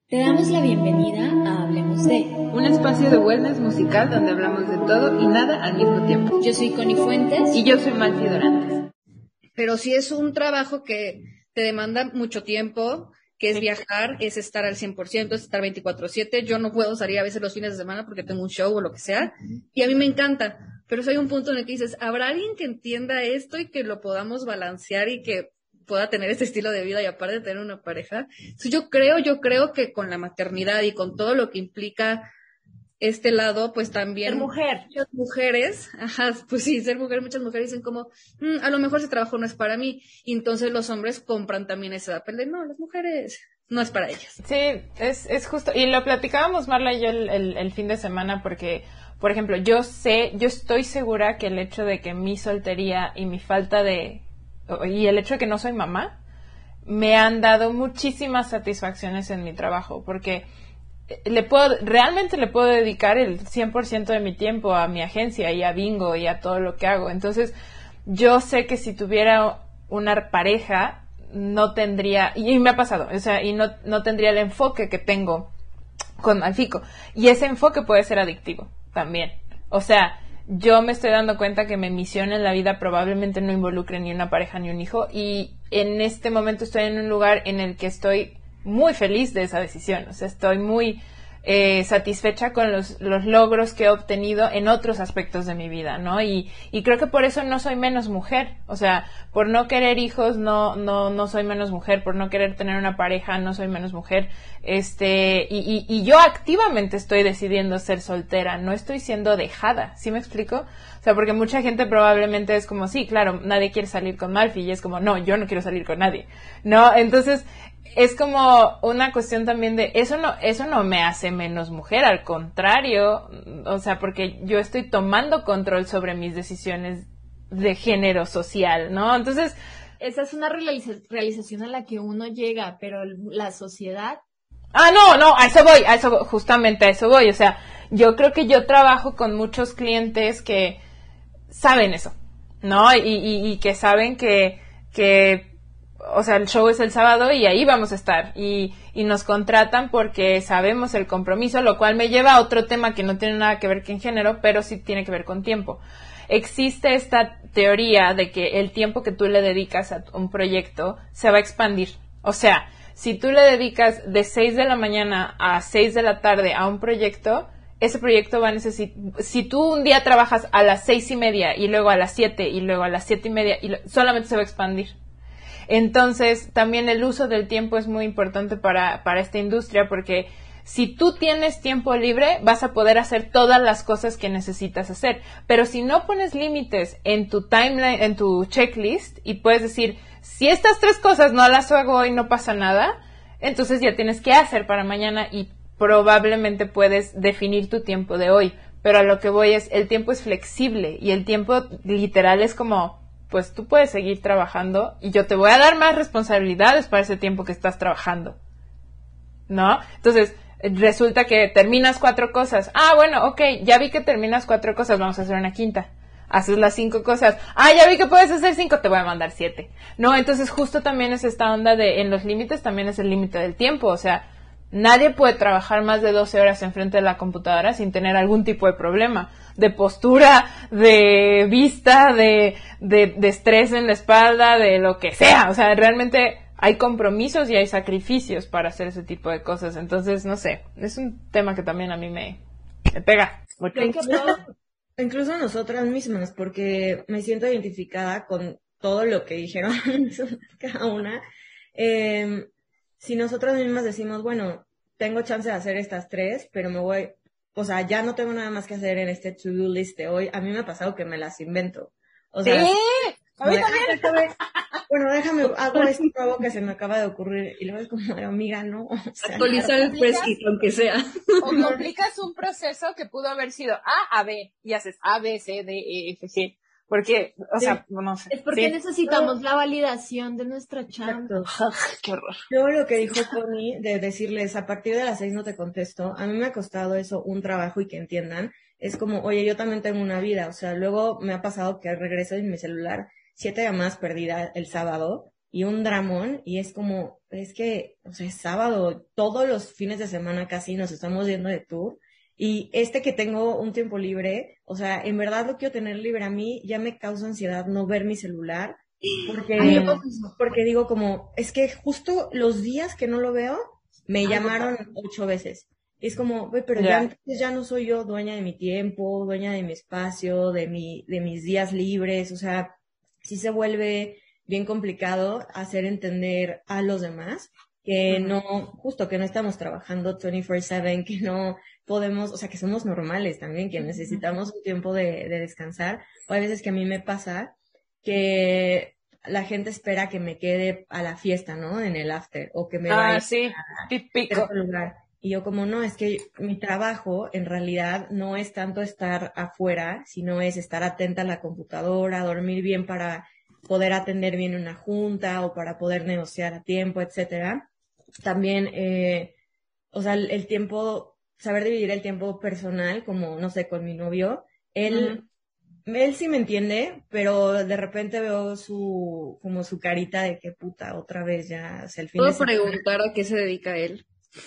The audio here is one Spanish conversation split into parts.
Te damos la bienvenida a Hablemos de, un espacio de wellness musical donde hablamos de todo y nada al mismo tiempo. Yo soy Connie Fuentes. Y yo soy Malfi Dorantes. Pero sí es un trabajo que te demanda mucho tiempo, que es viajar, es estar al 100%, es estar 24/7. Yo no puedo salir a veces los fines de semana porque tengo un show o lo que sea, y a mí me encanta. Pero hay un punto en el que dices, ¿habrá alguien que entienda esto y que lo podamos balancear y que pueda tener este estilo de vida y aparte tener una pareja? Entonces yo creo que con la maternidad y con todo lo que implica este lado, pues también... Ser mujer. Muchas mujeres, pues sí, ser mujer, muchas mujeres dicen como, a lo mejor ese trabajo no es para mí. Y entonces los hombres compran también ese papel de, no, las mujeres no es para ellas. Sí, es justo. Y lo platicábamos Marla y yo el fin de semana porque, por ejemplo, yo estoy segura que el hecho de que mi soltería y mi falta de... y el hecho de que no soy mamá, me han dado muchísimas satisfacciones en mi trabajo, porque realmente le puedo dedicar el 100% de mi tiempo a mi agencia y a Bingo y a todo lo que hago. Entonces, yo sé que si tuviera una pareja, no tendría, y me ha pasado, o sea, y no tendría el enfoque que tengo con Malfico. Y ese enfoque puede ser adictivo también. O sea, yo me estoy dando cuenta que mi misión en la vida probablemente no involucre ni una pareja ni un hijo, y en este momento estoy en un lugar en el que estoy muy feliz de esa decisión. O sea, estoy muy satisfecha con los logros que he obtenido en otros aspectos de mi vida, ¿no? Y creo que por eso no soy menos mujer. O sea, por no querer hijos no soy menos mujer, por no querer tener una pareja no soy menos mujer. Y yo activamente estoy decidiendo ser soltera, no estoy siendo dejada, ¿sí me explico? O sea, porque mucha gente probablemente es como, sí, claro, nadie quiere salir con Malfi, y es como, no, yo no quiero salir con nadie, ¿no? Entonces, es como una cuestión también de, eso no me hace menos mujer, al contrario, o sea, porque yo estoy tomando control sobre mis decisiones de género social, ¿no? Entonces, esa es una realización a la que uno llega, pero la sociedad... No, a eso voy, justamente a eso voy. O sea, yo creo que yo trabajo con muchos clientes que saben eso, ¿no? Y que saben que, o sea, el show es el sábado y ahí vamos a estar. Y nos contratan porque sabemos el compromiso, lo cual me lleva a otro tema que no tiene nada que ver con género, pero sí tiene que ver con tiempo. Existe esta teoría de que el tiempo que tú le dedicas a un proyecto se va a expandir. O sea, si tú le dedicas de 6 de la mañana a 6 de la tarde a un proyecto, ese proyecto va a necesitar... Si tú un día trabajas a las 6:30 y luego a las 7 y luego a las 7:30, solamente se va a expandir. Entonces, también el uso del tiempo es muy importante para esta industria, porque si tú tienes tiempo libre, vas a poder hacer todas las cosas que necesitas hacer. Pero si no pones límites en tu timeline, en tu checklist, y puedes decir, si estas 3 cosas no las hago hoy, no pasa nada, entonces ya tienes que hacer para mañana y probablemente puedes definir tu tiempo de hoy. Pero a lo que voy es, el tiempo es flexible y el tiempo literal es como, pues tú puedes seguir trabajando y yo te voy a dar más responsabilidades para ese tiempo que estás trabajando, ¿no? Entonces, resulta que terminas 4 cosas. Bueno, ok, ya vi que terminas 4 cosas, vamos a hacer una quinta. Haces las 5 cosas. Ya vi que puedes hacer 5, te voy a mandar 7. No, entonces justo también es esta onda de, en los límites también es el límite del tiempo. O sea, nadie puede trabajar más de 12 horas enfrente de la computadora sin tener algún tipo de problema. De postura, de vista, de estrés en la espalda, de lo que sea. O sea, realmente hay compromisos y hay sacrificios para hacer ese tipo de cosas. Entonces, no sé, es un tema que también a mí me pega mucho. Incluso nosotras mismas, porque me siento identificada con todo lo que dijeron cada una. Si nosotras mismas decimos, bueno, tengo chance de hacer estas 3, pero me voy, o sea, ya no tengo nada más que hacer en este to-do list de hoy. A mí me ha pasado que me las invento. O sea, ¿sí? A mí también. Bueno, hago esto nuevo que se me acaba de ocurrir. Y luego es como, amiga, no. O sea, actualizar el spreadsheet, aunque sea. O complicas un proceso que pudo haber sido A a B y haces A, B, C, D, E, F, G. Porque, o sea, no sé. Es porque necesitamos la validación de nuestra chamba. Qué horror. Yo lo que dijo Connie de decirles, a partir de las 6 no te contesto, a mí me ha costado eso un trabajo y que entiendan. Es como, oye, yo también tengo una vida. O sea, luego me ha pasado que regreso en mi celular 7 llamadas perdidas el sábado y un dramón, y es como, es que, o sea, es sábado, todos los fines de semana casi nos estamos yendo de tour, y que tengo un tiempo libre, o sea, en verdad lo quiero tener libre. A mí ya me causa ansiedad no ver mi celular, Ay, porque, me pasa eso. porque digo como, es que justo los días que no lo veo, me llamaron 8 veces. Y es como, güey, pero ya Ya. entonces ya no soy yo dueña de mi tiempo, dueña de mi espacio, de mis días libres, o sea, sí se vuelve bien complicado hacer entender a los demás que no, justo que no estamos trabajando 24/7, que no podemos, o sea, que somos normales también, que necesitamos un tiempo de descansar. O hay veces que a mí me pasa que la gente espera que me quede a la fiesta, ¿no? En el after, o que me vaya Sí, a típico. cierto lugar. Y yo como no, es que mi trabajo en realidad no es tanto estar afuera, sino es estar atenta a la computadora, dormir bien para poder atender bien una junta o para poder negociar a tiempo, etcétera. También, o sea, el tiempo, saber dividir el tiempo personal, como, no sé, con mi novio, él sí me entiende, pero de repente veo como su carita de que puta, otra vez ya, o sea, el fin de ¿Puedo semana. preguntar a qué se dedica él?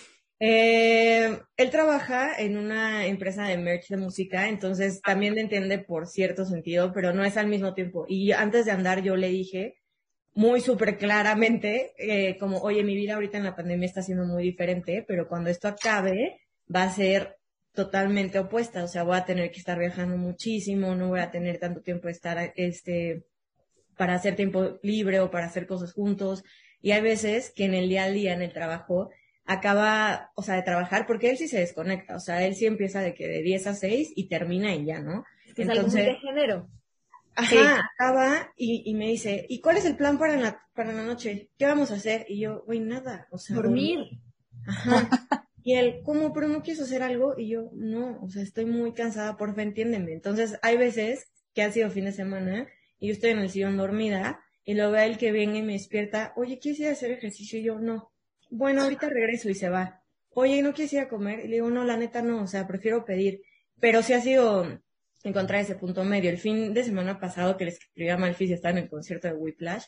Él trabaja en una empresa de merch de música, entonces también me entiende por cierto sentido, pero no es al mismo tiempo. Y antes de andar yo le dije muy súper claramente, como, oye, mi vida ahorita en la pandemia está siendo muy diferente, pero cuando esto acabe va a ser totalmente opuesta, o sea, voy a tener que estar viajando muchísimo, no voy a tener tanto tiempo de estar, para hacer tiempo libre o para hacer cosas juntos. Y hay veces que en el día a día, en el trabajo, acaba, o sea, de trabajar, porque él sí se desconecta, o sea, él sí empieza de que de 10 a 6 y termina y ya, ¿no? Es que es algo muy de género. Ajá, acaba y me dice, ¿y cuál es el plan para la noche? ¿Qué vamos a hacer? Y yo, güey, nada, o sea, Dormir. Ajá. Y él, ¿cómo? ¿Pero no quieres hacer algo? Y yo, no, o sea, estoy muy cansada, porfa, entiéndeme. Entonces, hay veces que ha sido fin de semana y yo estoy en el sillón dormida y lo veo él que venga y me despierta, oye, ¿quieres ir a hacer ejercicio? Y yo, no. Bueno, ahorita regreso y se va. Oye, ¿no quieres ir a comer? Y le digo, no, la neta no, o sea, prefiero pedir. Pero sí ha sido encontrar ese punto medio. El fin de semana pasado que le escribí a Malfi y estaba en el concierto de Whiplash,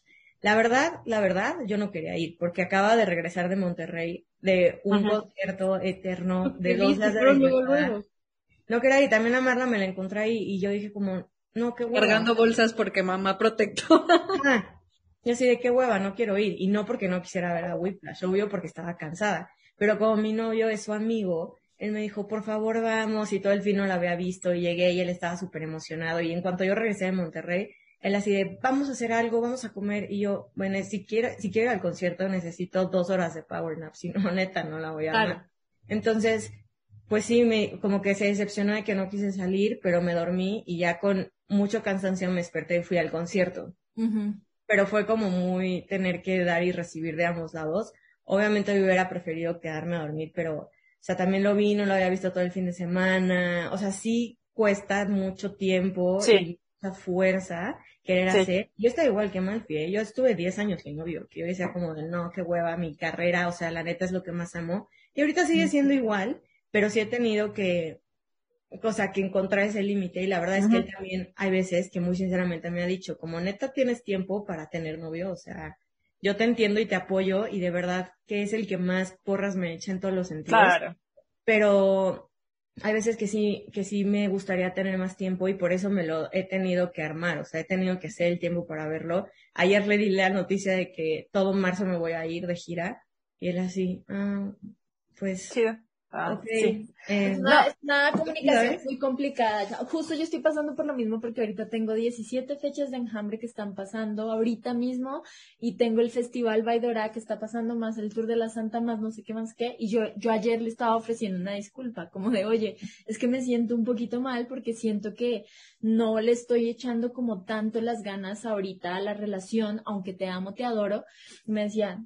la verdad, yo no quería ir porque acaba de regresar de Monterrey de un concierto eterno de 2 días de desvelada. No quería ir, también a Marla me la encontré ahí y yo dije como, no, qué hueva. Cargando bolsas porque mamá protectora. Ah, yo así de qué hueva, no quiero ir. Y no porque no quisiera ver a Whiplash, obvio porque estaba cansada. Pero como mi novio es su amigo, él me dijo, por favor, vamos, y todo el fin no la había visto, y llegué y él estaba súper emocionado. Y en cuanto yo regresé de Monterrey, él así de, vamos a hacer algo, vamos a comer. Y yo, bueno, si quiero ir al concierto necesito 2 horas de power nap, si no, neta, no la voy a Claro. armar. Entonces, pues sí, como que se decepcionó de que no quise salir, pero me dormí y ya con mucho cansancio me desperté y fui al concierto. Pero fue como muy tener que dar y recibir de ambos lados. Obviamente yo hubiera preferido quedarme a dormir, pero, o sea, también lo vi, no lo había visto todo el fin de semana. O sea, sí cuesta mucho tiempo y mucha fuerza querer hacer. Yo estaba igual que Malfi, ¿eh? Yo estuve 10 años sin novio, que yo decía como de, no, qué hueva, mi carrera, o sea, la neta es lo que más amo. Y ahorita sigue siendo igual, pero sí he tenido que, o sea, que encontrar ese límite. Y la verdad es que él también, hay veces que muy sinceramente me ha dicho, como neta tienes tiempo para tener novio, o sea, yo te entiendo y te apoyo y de verdad que es el que más porras me echa en todos los sentidos. Claro. Pero hay veces que sí me gustaría tener más tiempo y por eso me lo he tenido que armar, o sea, he tenido que hacer el tiempo para verlo. Ayer le di la noticia de que todo marzo me voy a ir de gira y él así, pues, Chido. ok. Sí. Es una comunicación muy complicada. Justo yo estoy pasando por lo mismo porque ahorita tengo 17 fechas de Enjambre que están pasando ahorita mismo y tengo el Festival Baidora que está pasando más el Tour de la Santa más no sé qué más qué y yo ayer le estaba ofreciendo una disculpa como de oye, es que me siento un poquito mal porque siento que no le estoy echando como tanto las ganas ahorita a la relación, aunque te amo, te adoro. Y me decía,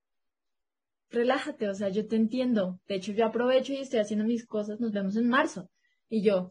relájate, o sea, yo te entiendo. De hecho, yo aprovecho y estoy haciendo mis cosas, nos vemos en marzo. Y yo,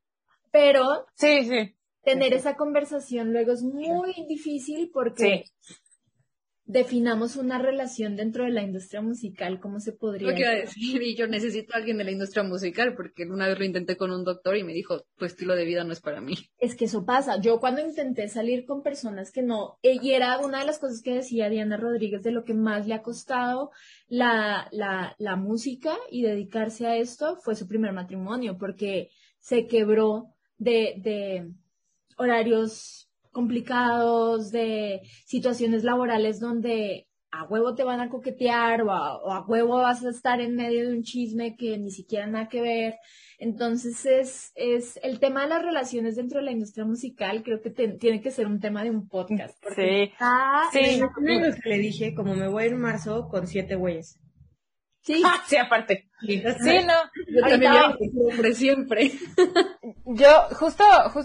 pero Sí. tener esa conversación luego es muy difícil porque definamos una relación dentro de la industria musical, ¿cómo se podría Lo que iba a hacer? decir, y yo necesito a alguien de la industria musical, porque una vez lo intenté con un doctor y me dijo, tu estilo de vida no es para mí. Es que eso pasa. Yo cuando intenté salir con personas que no, y era una de las cosas que decía Diana Rodríguez de lo que más le ha costado la música y dedicarse a esto fue su primer matrimonio, porque se quebró de horarios complicados, de situaciones laborales donde a huevo te van a coquetear o a huevo vas a estar en medio de un chisme que ni siquiera nada que ver. Entonces es el tema de las relaciones dentro de la industria musical, creo que tiene que ser un tema de un podcast. Sí, Sí, lo que le dije, como me voy en marzo con 7 güeyes. Sí, sí, aparte. Sí, Sí, no. Yo también por siempre. Yo justo,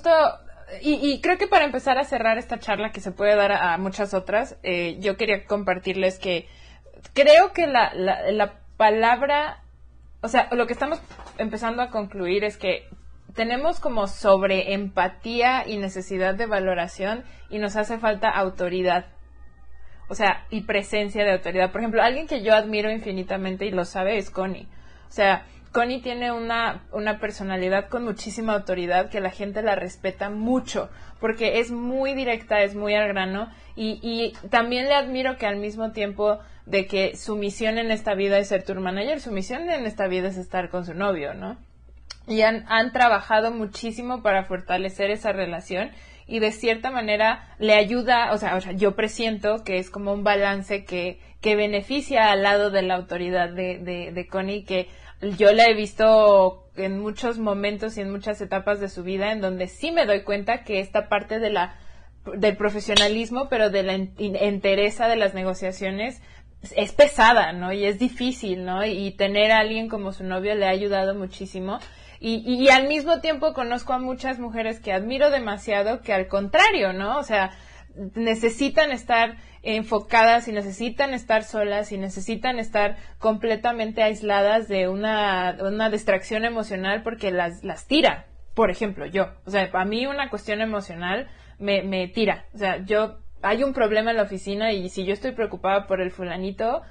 y creo que para empezar a cerrar esta charla que se puede dar a muchas otras, yo quería compartirles que creo que la palabra, o sea, lo que estamos empezando a concluir es que tenemos como sobre empatía y necesidad de valoración y nos hace falta autoridad. O sea, y presencia de autoridad. Por ejemplo, alguien que yo admiro infinitamente y lo sabe es Connie. O sea, Connie tiene una personalidad con muchísima autoridad que la gente la respeta mucho porque es muy directa, es muy al grano y también le admiro que al mismo tiempo de que su misión en esta vida es ser tour manager, su misión en esta vida es estar con su novio, ¿no? Y han trabajado muchísimo para fortalecer esa relación y de cierta manera le ayuda, o sea, yo presiento que es como un balance que beneficia al lado de la autoridad de Connie, que yo la he visto en muchos momentos y en muchas etapas de su vida en donde sí me doy cuenta que esta parte del profesionalismo, pero de la entereza de las negociaciones es pesada, ¿no? Y es difícil, ¿no? Y tener a alguien como su novio le ha ayudado muchísimo. Y al mismo tiempo conozco a muchas mujeres que admiro demasiado que al contrario, ¿no? O sea, necesitan estar enfocadas y necesitan estar solas y necesitan estar completamente aisladas de una distracción emocional porque las tira. Por ejemplo, yo. O sea, a mí una cuestión emocional me tira. O sea, hay un problema en la oficina y si yo estoy preocupada por el fulanito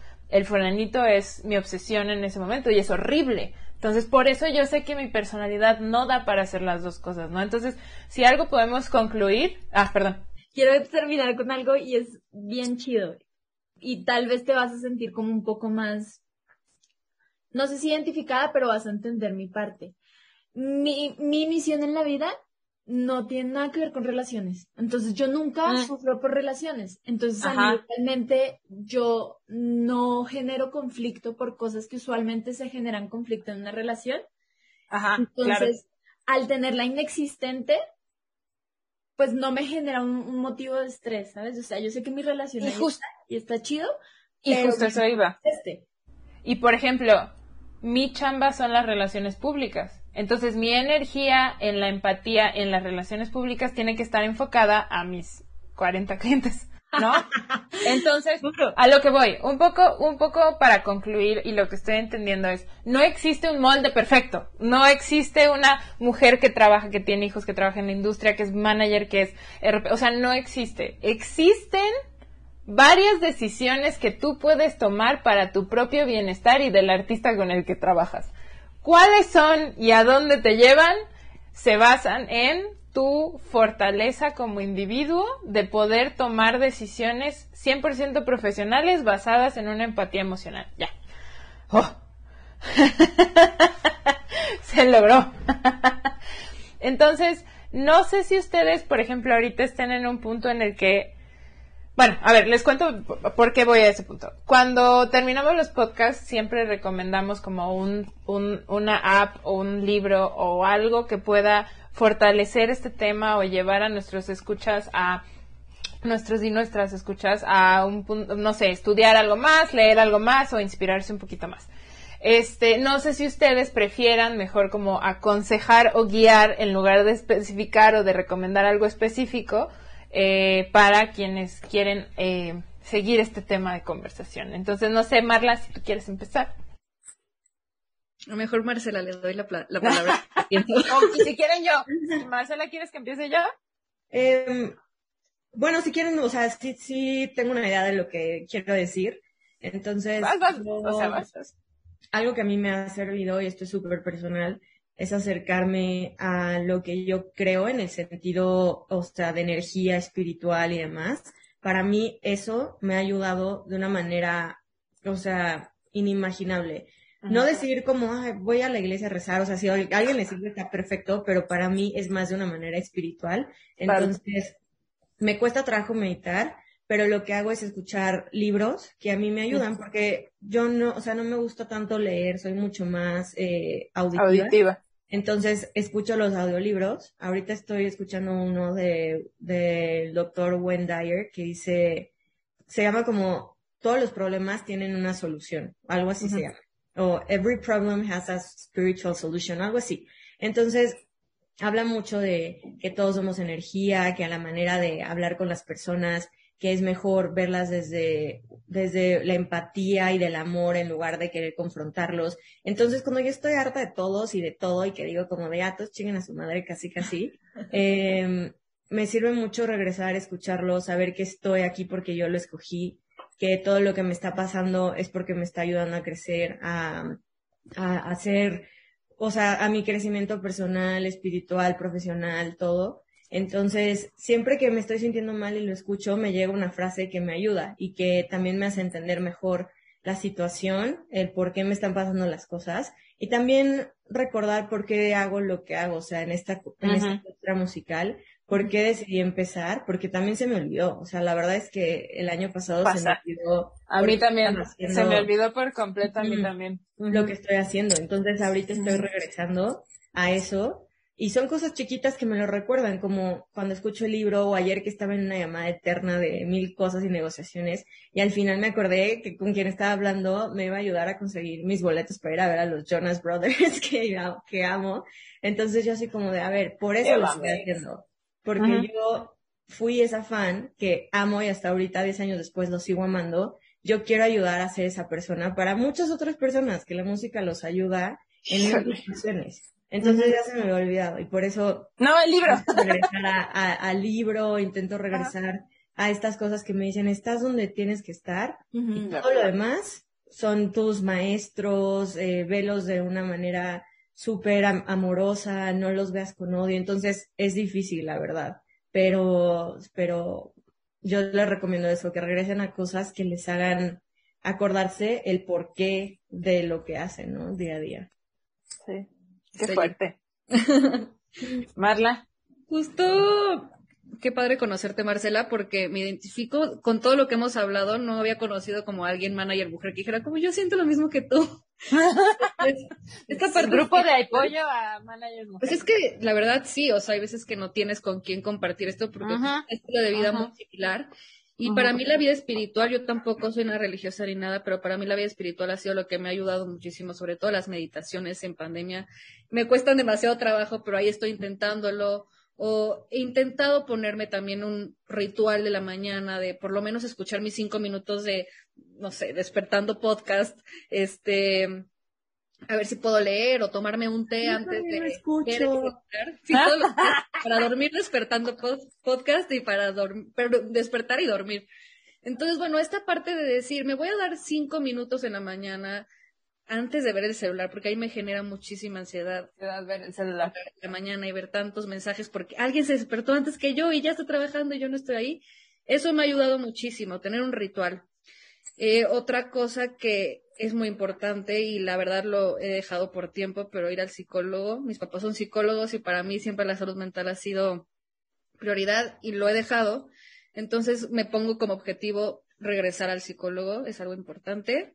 es mi obsesión en ese momento y es horrible. Entonces, por eso yo sé que mi personalidad no da para hacer las dos cosas, ¿no? Entonces, si algo podemos concluir... perdón. Quiero terminar con algo y es bien chido. Y tal vez te vas a sentir como un poco más, no sé si identificada, pero vas a entender mi parte. Mi misión en la vida no tiene nada que ver con relaciones. Entonces yo nunca sufro por relaciones. Entonces a mí realmente yo no genero conflicto por cosas que usualmente se generan conflicto en una relación. Entonces, al tenerla inexistente, pues no me genera un motivo de estrés, ¿sabes? O sea, yo sé que mi relación y está chido. Y justo eso iba. Y por ejemplo, mi chamba son las relaciones públicas. Entonces, mi energía en la empatía en las relaciones públicas tiene que estar enfocada a mis 40 clientes, ¿no? Entonces, a lo que voy, un poco para concluir, y lo que estoy entendiendo es, no existe un molde perfecto, no existe una mujer que trabaja, que tiene hijos, que trabaja en la industria, que es manager, que es RP, o sea, no existe. Existen varias decisiones que tú puedes tomar para tu propio bienestar y del artista con el que trabajas. ¿Cuáles son y a dónde te llevan? Se basan en tu fortaleza como individuo de poder tomar decisiones 100% profesionales basadas en una empatía emocional. Ya. Se logró. Entonces, no sé si ustedes, por ejemplo, ahorita estén en un punto en el que... Bueno, a ver, les cuento por qué voy a ese punto. Cuando terminamos los podcasts, siempre recomendamos como una app o un libro o algo que pueda fortalecer este tema o llevar a nuestros escuchas nuestros y nuestras escuchas a un punto, no sé, estudiar algo más, leer algo más o inspirarse un poquito más. No sé si ustedes prefieran mejor como aconsejar o guiar en lugar de especificar o de recomendar algo específico, para quienes quieren seguir este tema de conversación. Entonces, no sé, Marla, si tú quieres empezar. A lo mejor Marcela le doy la palabra. Y si quieren yo. Marcela, ¿quieres que empiece yo? Bueno, si quieren, o sea, sí tengo una idea de lo que quiero decir. Entonces, Vas. algo que a mí me ha servido, y esto es súper personal, es acercarme a lo que yo creo en el sentido, o sea, de energía espiritual y demás. Para mí eso me ha ayudado de una manera, o sea, inimaginable. No decir como, "Ay, voy a la iglesia a rezar", o sea, si a alguien le sirve está perfecto, pero para mí es más de una manera espiritual. Entonces, me cuesta trabajo meditar, pero lo que hago es escuchar libros que a mí me ayudan, porque yo no, o sea, no me gusta tanto leer, soy mucho más auditiva. Entonces, escucho los audiolibros. Ahorita estoy escuchando uno del doctor Wayne Dyer que dice, se llama como, todos los problemas tienen una solución, algo así se llama. O Every Problem Has a Spiritual Solution, algo así. Entonces, habla mucho de que todos somos energía, que a la manera de hablar con las personas, que es mejor verlas desde la empatía y del amor en lugar de querer confrontarlos. Entonces, cuando yo estoy harta de todos y de todo y que digo como de todos chinguen a su madre casi, me sirve mucho regresar, escucharlos, saber que estoy aquí porque yo lo escogí, que todo lo que me está pasando es porque me está ayudando a crecer, a hacer, o sea, a mi crecimiento personal, espiritual, profesional, todo. Entonces, siempre que me estoy sintiendo mal y lo escucho, me llega una frase que me ayuda y que también me hace entender mejor la situación, el por qué me están pasando las cosas y también recordar por qué hago lo que hago, o sea, en esta cultura musical, por qué decidí empezar, porque también se me olvidó, o sea, la verdad es que el año pasado se me olvidó. A mí también, se me olvidó por completo, a mí también. Lo que estoy haciendo, entonces ahorita estoy regresando a eso. Y son cosas chiquitas que me lo recuerdan, como cuando escucho el libro o ayer que estaba en una llamada eterna de 1000 cosas y negociaciones y al final me acordé que con quien estaba hablando me iba a ayudar a conseguir mis boletos para ir a ver a los Jonas Brothers que amo. Entonces yo así como de, a ver, por eso lo estoy haciendo. Porque yo fui esa fan que amo y hasta ahorita, 10 años después, lo sigo amando. Yo quiero ayudar a ser esa persona para muchas otras personas que la música los ayuda en muchas situaciones. Entonces ya se me había olvidado y por eso... No, el libro. Regresar al libro, intento regresar a estas cosas que me dicen, estás donde tienes que estar y todo lo demás son tus maestros, velos de una manera súper amorosa, no los veas con odio, entonces es difícil, la verdad, pero yo les recomiendo eso, que regresen a cosas que les hagan acordarse el porqué de lo que hacen, ¿no? Día a día. Sí. Qué fuerte. Marla. Justo, qué padre conocerte, Marcela, porque me identifico con todo lo que hemos hablado. No había conocido como alguien manager mujer que dijera, como yo siento lo mismo que tú. Esta parte grupo de apoyo a manager mujer. Pues es que la verdad sí, o sea, hay veces que no tienes con quién compartir esto porque es un estilo de vida muy similar. Y para mí la vida espiritual, yo tampoco soy una religiosa ni nada, pero para mí la vida espiritual ha sido lo que me ha ayudado muchísimo, sobre todo las meditaciones en pandemia. Me cuestan demasiado trabajo, pero ahí estoy intentándolo. O he intentado ponerme también un ritual de la mañana, de por lo menos escuchar mis 5 minutos de, no sé, despertando podcast, a ver si puedo leer o tomarme un té antes de sí, para dormir despertando podcast y para despertar y dormir. Entonces, bueno, esta parte de decir, me voy a dar 5 minutos en la mañana antes de ver el celular, porque ahí me genera muchísima ansiedad ver el celular en la mañana y ver tantos mensajes porque alguien se despertó antes que yo y ya está trabajando y yo no estoy ahí. Eso me ha ayudado muchísimo, tener un ritual. Otra cosa que es muy importante y la verdad lo he dejado por tiempo, pero ir al psicólogo. Mis papás son psicólogos y para mí siempre la salud mental ha sido prioridad y lo he dejado. Entonces me pongo como objetivo regresar al psicólogo, es algo importante.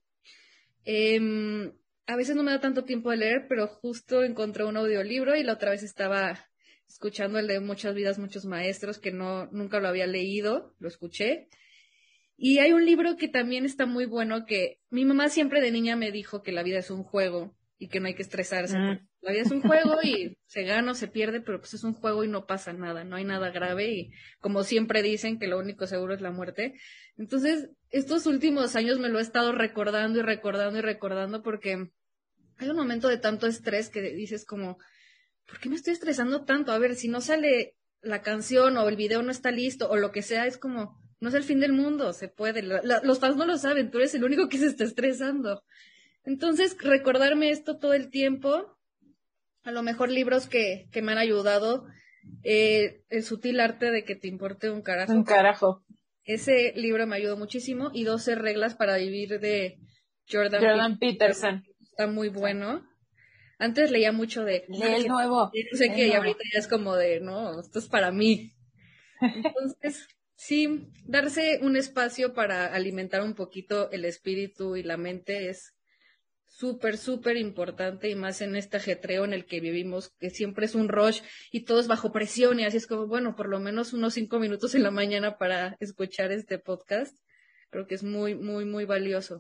A veces no me da tanto tiempo de leer, pero justo encontré un audiolibro y la otra vez estaba escuchando el de Muchas vidas, muchos maestros, que nunca lo había leído, lo escuché. Y hay un libro que también está muy bueno, que mi mamá siempre de niña me dijo que la vida es un juego y que no hay que estresarse. La vida es un juego y se gana o se pierde, pero pues es un juego y no pasa nada, no hay nada grave y como siempre dicen que lo único seguro es la muerte. Entonces, estos últimos años me lo he estado recordando y recordando y recordando porque hay un momento de tanto estrés que dices como, ¿por qué me estoy estresando tanto? A ver, si no sale la canción o el video no está listo o lo que sea, es como, no es el fin del mundo, se puede. Los fans no lo saben, tú eres el único que se está estresando. Entonces, recordarme esto todo el tiempo, a lo mejor libros que me han ayudado, El sutil arte de que te importe un carajo. Un carajo. Ese libro me ayudó muchísimo, y 12 reglas para vivir de Jordan Peterson. Está muy bueno. Antes leía mucho de... Lee el nuevo. No sé qué, y ahorita ya es como de, no, esto es para mí. Entonces, sí, darse un espacio para alimentar un poquito el espíritu y la mente es súper, súper importante, y más en este ajetreo en el que vivimos, que siempre es un rush y todo es bajo presión, y así es como, bueno, por lo menos unos 5 minutos en la mañana para escuchar este podcast, creo que es muy, muy, muy valioso.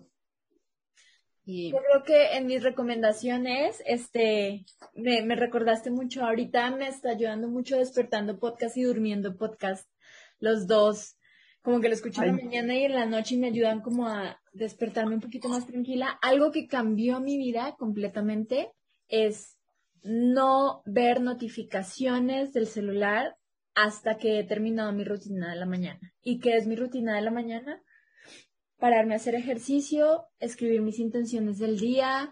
Y yo creo que en mis recomendaciones, me recordaste mucho, ahorita me está ayudando mucho Despertando Podcast y Durmiendo Podcast, los dos, como que lo escucho en la mañana y en la noche, y me ayudan como a despertarme un poquito más tranquila. Algo que cambió mi vida completamente es no ver notificaciones del celular hasta que he terminado mi rutina de la mañana. ¿Y qué es mi rutina de la mañana? Pararme a hacer ejercicio, escribir mis intenciones del día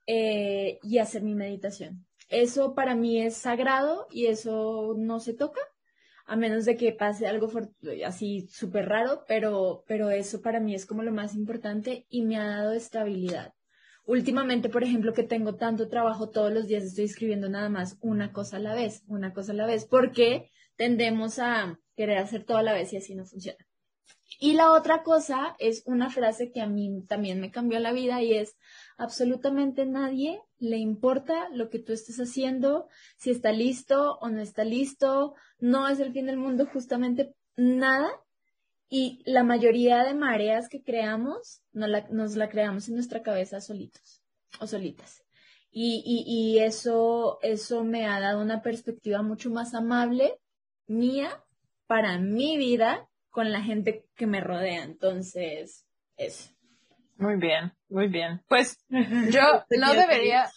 y hacer mi meditación. Eso para mí es sagrado y eso no se toca, a menos de que pase algo así súper raro, pero eso para mí es como lo más importante y me ha dado estabilidad. Últimamente, por ejemplo, que tengo tanto trabajo, todos los días estoy escribiendo nada más una cosa a la vez, porque tendemos a querer hacer todo a la vez y así no funciona. Y la otra cosa es una frase que a mí también me cambió la vida, y es: absolutamente nadie le importa lo que tú estés haciendo, si está listo o no está listo, no es el fin del mundo, justamente nada. Y la mayoría de mareas que creamos, nos la creamos en nuestra cabeza solitos o solitas. Y eso me ha dado una perspectiva mucho más amable mía para mi vida con la gente que me rodea. Entonces, eso. Muy bien, muy bien. Pues yo no debería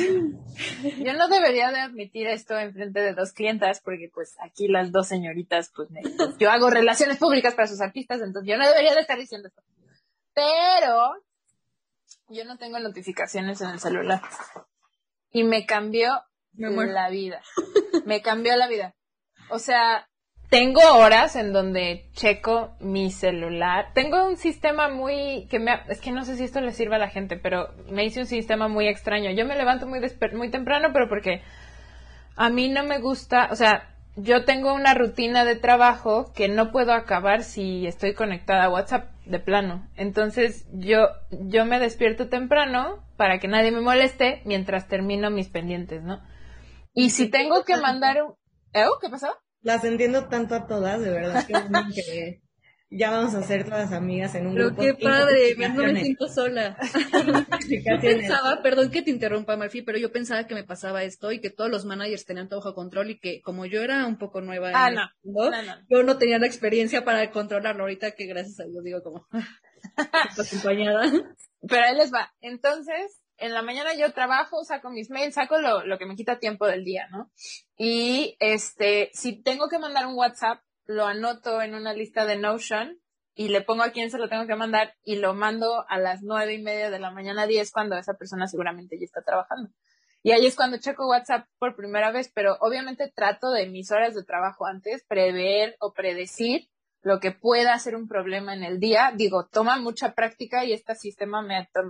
de admitir esto en frente de dos clientas, porque pues aquí las dos señoritas, pues yo hago relaciones públicas para sus artistas, entonces yo no debería de estar diciendo esto. Pero yo no tengo notificaciones en el celular y me cambió la vida. Me cambió la vida. O sea, tengo horas en donde checo mi celular. Tengo un sistema es que no sé si esto le sirve a la gente, pero me hice un sistema muy extraño. Yo me levanto muy temprano, pero porque a mí no me gusta, o sea, yo tengo una rutina de trabajo que no puedo acabar si estoy conectada a WhatsApp de plano. Entonces yo me despierto temprano para que nadie me moleste mientras termino mis pendientes, ¿no? Y si tengo que mandar ¿qué pasó? Las entiendo tanto a todas, de verdad, que ya vamos a ser todas amigas en un pero grupo. Pero qué padre, no me siento sola. Yo pensaba, perdón que te interrumpa, Marfi, pero yo pensaba que me pasaba esto y que todos los managers tenían todo bajo control, y que como yo era un poco nueva en el mundo, yo no tenía la experiencia para controlarlo. Ahorita que gracias a Dios digo como acompañada. Pero ahí les va. Entonces, en la mañana yo trabajo, saco mis mails, saco lo que me quita tiempo del día, ¿no? Y si tengo que mandar un WhatsApp, lo anoto en una lista de Notion y le pongo a quién se lo tengo que mandar, y lo mando a las 9:30 de la mañana, 10, cuando esa persona seguramente ya está trabajando. Y ahí es cuando checo WhatsApp por primera vez, pero obviamente trato de mis horas de trabajo antes prever o predecir lo que pueda ser un problema en el día. Digo, toma mucha práctica y este sistema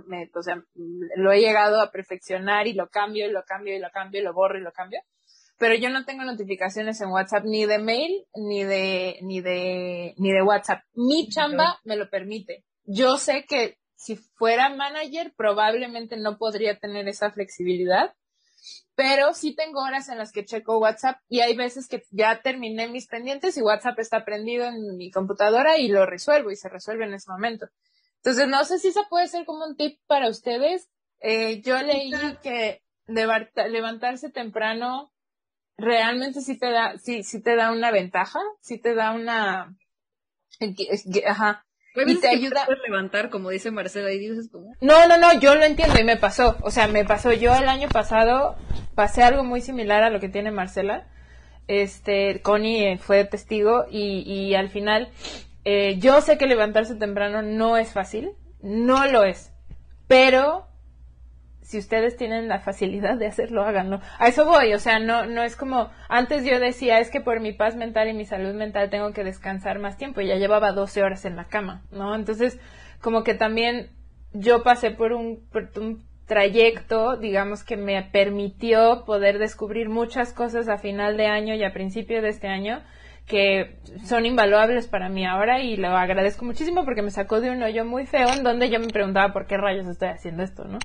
lo he llegado a perfeccionar, y lo cambio, y lo cambio, y lo cambio, y lo borro, y lo cambio. Pero yo no tengo notificaciones en WhatsApp, ni de mail, ni de WhatsApp. Mi chamba me lo permite. Yo sé que si fuera manager, probablemente no podría tener esa flexibilidad, pero sí tengo horas en las que checo WhatsApp, y hay veces que ya terminé mis pendientes y WhatsApp está prendido en mi computadora y lo resuelvo, y se resuelve en ese momento. Entonces, no sé si eso puede ser como un tip para ustedes. Yo leí que levantarse temprano realmente sí te da una ventaja, sí te da una... Ajá. Y te ayuda a levantar, como dice Marcela, y dices como... No, yo lo entiendo y me pasó. O sea, yo el año pasado pasé algo muy similar a lo que tiene Marcela. Connie fue testigo y al final yo sé que levantarse temprano no es fácil, no lo es, pero si ustedes tienen la facilidad de hacerlo, háganlo. A eso voy, o sea, no es como, antes yo decía, es que por mi paz mental y mi salud mental tengo que descansar más tiempo, y ya llevaba 12 horas en la cama, ¿no? Entonces, como que también yo pasé por un trayecto, digamos, que me permitió poder descubrir muchas cosas a final de año y a principio de este año que son invaluables para mí ahora, y lo agradezco muchísimo porque me sacó de un hoyo muy feo en donde yo me preguntaba por qué rayos estoy haciendo esto, ¿no?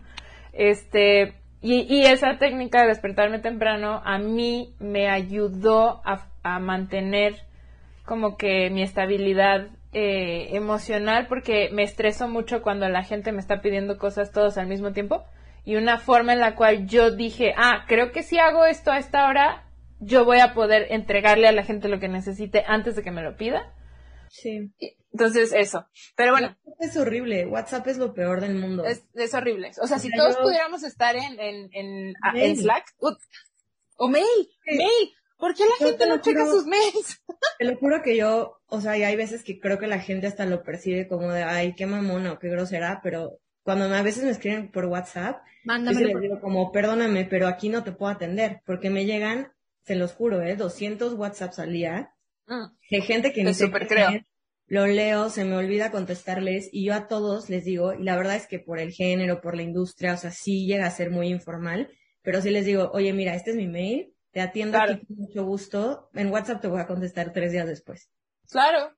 Y esa técnica de despertarme temprano a mí me ayudó a mantener como que mi estabilidad emocional, porque me estreso mucho cuando la gente me está pidiendo cosas todos al mismo tiempo, y una forma en la cual yo dije, creo que si hago esto a esta hora, yo voy a poder entregarle a la gente lo que necesite antes de que me lo pida. Sí. Entonces, eso. Pero bueno. Es horrible. WhatsApp es lo peor del mundo. Es horrible. O sea, si todos pudiéramos estar en Slack. O mail. Sí. Mail. ¿Por qué la gente no checa sus mails? Te lo juro que yo, o sea, y hay veces que creo que la gente hasta lo percibe como de, ay, qué mamona o qué grosera, pero cuando a veces me escriben por WhatsApp, yo sí les digo como, perdóname, pero aquí no te puedo atender, porque me llegan, se los juro, 200 WhatsApps al día, de gente que ni sé quién es, lo leo, se me olvida contestarles, y yo a todos les digo, y la verdad es que por el género, por la industria, o sea, sí llega a ser muy informal, pero sí les digo, oye, mira, este es mi mail, te atiendo aquí con mucho gusto, en WhatsApp te voy a contestar 3 días después. Claro,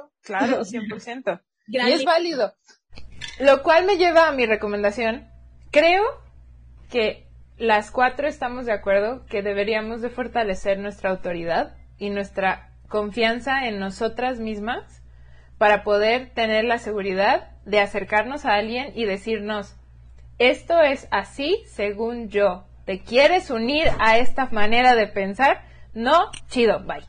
100%. Y es válido. Lo cual me lleva a mi recomendación. Creo que las 4 estamos de acuerdo que deberíamos de fortalecer nuestra autoridad y nuestra confianza en nosotras mismas para poder tener la seguridad de acercarnos a alguien y decirnos, esto es así según yo. ¿Te quieres unir a esta manera de pensar? No, chido, bye.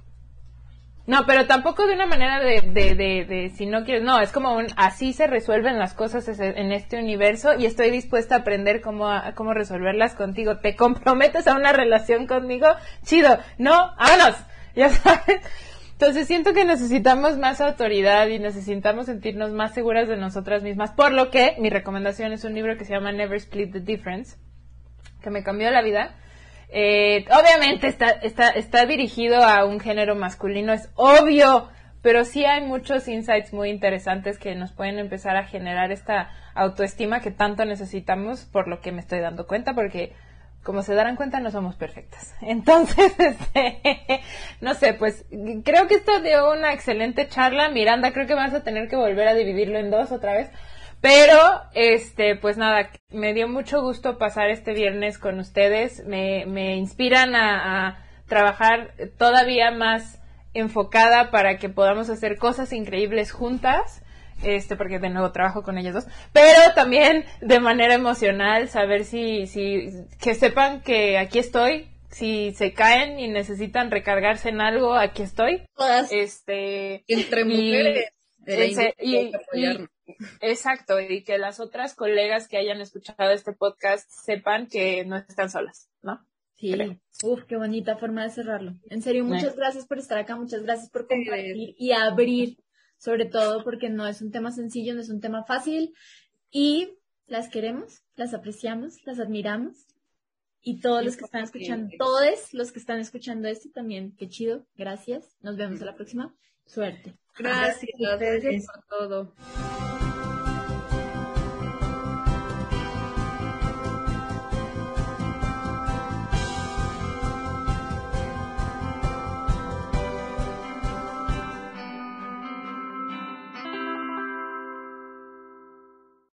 No, pero tampoco de una manera de si no quieres, no, es como así se resuelven las cosas en este universo, y estoy dispuesta a aprender cómo resolverlas contigo. ¿Te comprometes a una relación conmigo? Chido, no, vámonos, ya sabes. Entonces siento que necesitamos más autoridad y necesitamos sentirnos más seguras de nosotras mismas, por lo que mi recomendación es un libro que se llama Never Split the Difference, que me cambió la vida. Obviamente está dirigido a un género masculino, es obvio, pero sí hay muchos insights muy interesantes que nos pueden empezar a generar esta autoestima que tanto necesitamos, por lo que me estoy dando cuenta, porque como se darán cuenta no somos perfectas. Entonces, no sé, pues creo que esto dio una excelente charla. Miranda, creo que vas a tener que volver a dividirlo en 2 otra vez. Pero, pues nada, me dio mucho gusto pasar este viernes con ustedes. Me inspiran a trabajar todavía más enfocada para que podamos hacer cosas increíbles juntas. Porque de nuevo trabajo con ellas dos. Pero también de manera emocional, saber que sepan que aquí estoy. Si se caen y necesitan recargarse en algo, aquí estoy. Todas. Entre mujeres. Exacto, y que las otras colegas que hayan escuchado este podcast sepan que no están solas, ¿no? Sí, qué bonita forma de cerrarlo. En serio, muchas gracias por estar acá, muchas gracias por compartir y abrir, sobre todo porque no es un tema sencillo, no es un tema fácil, y las queremos, las apreciamos, las admiramos, y todos los que están escuchando, todos los que están escuchando esto también, qué chido, gracias, nos vemos a la próxima, suerte. Gracias por todo.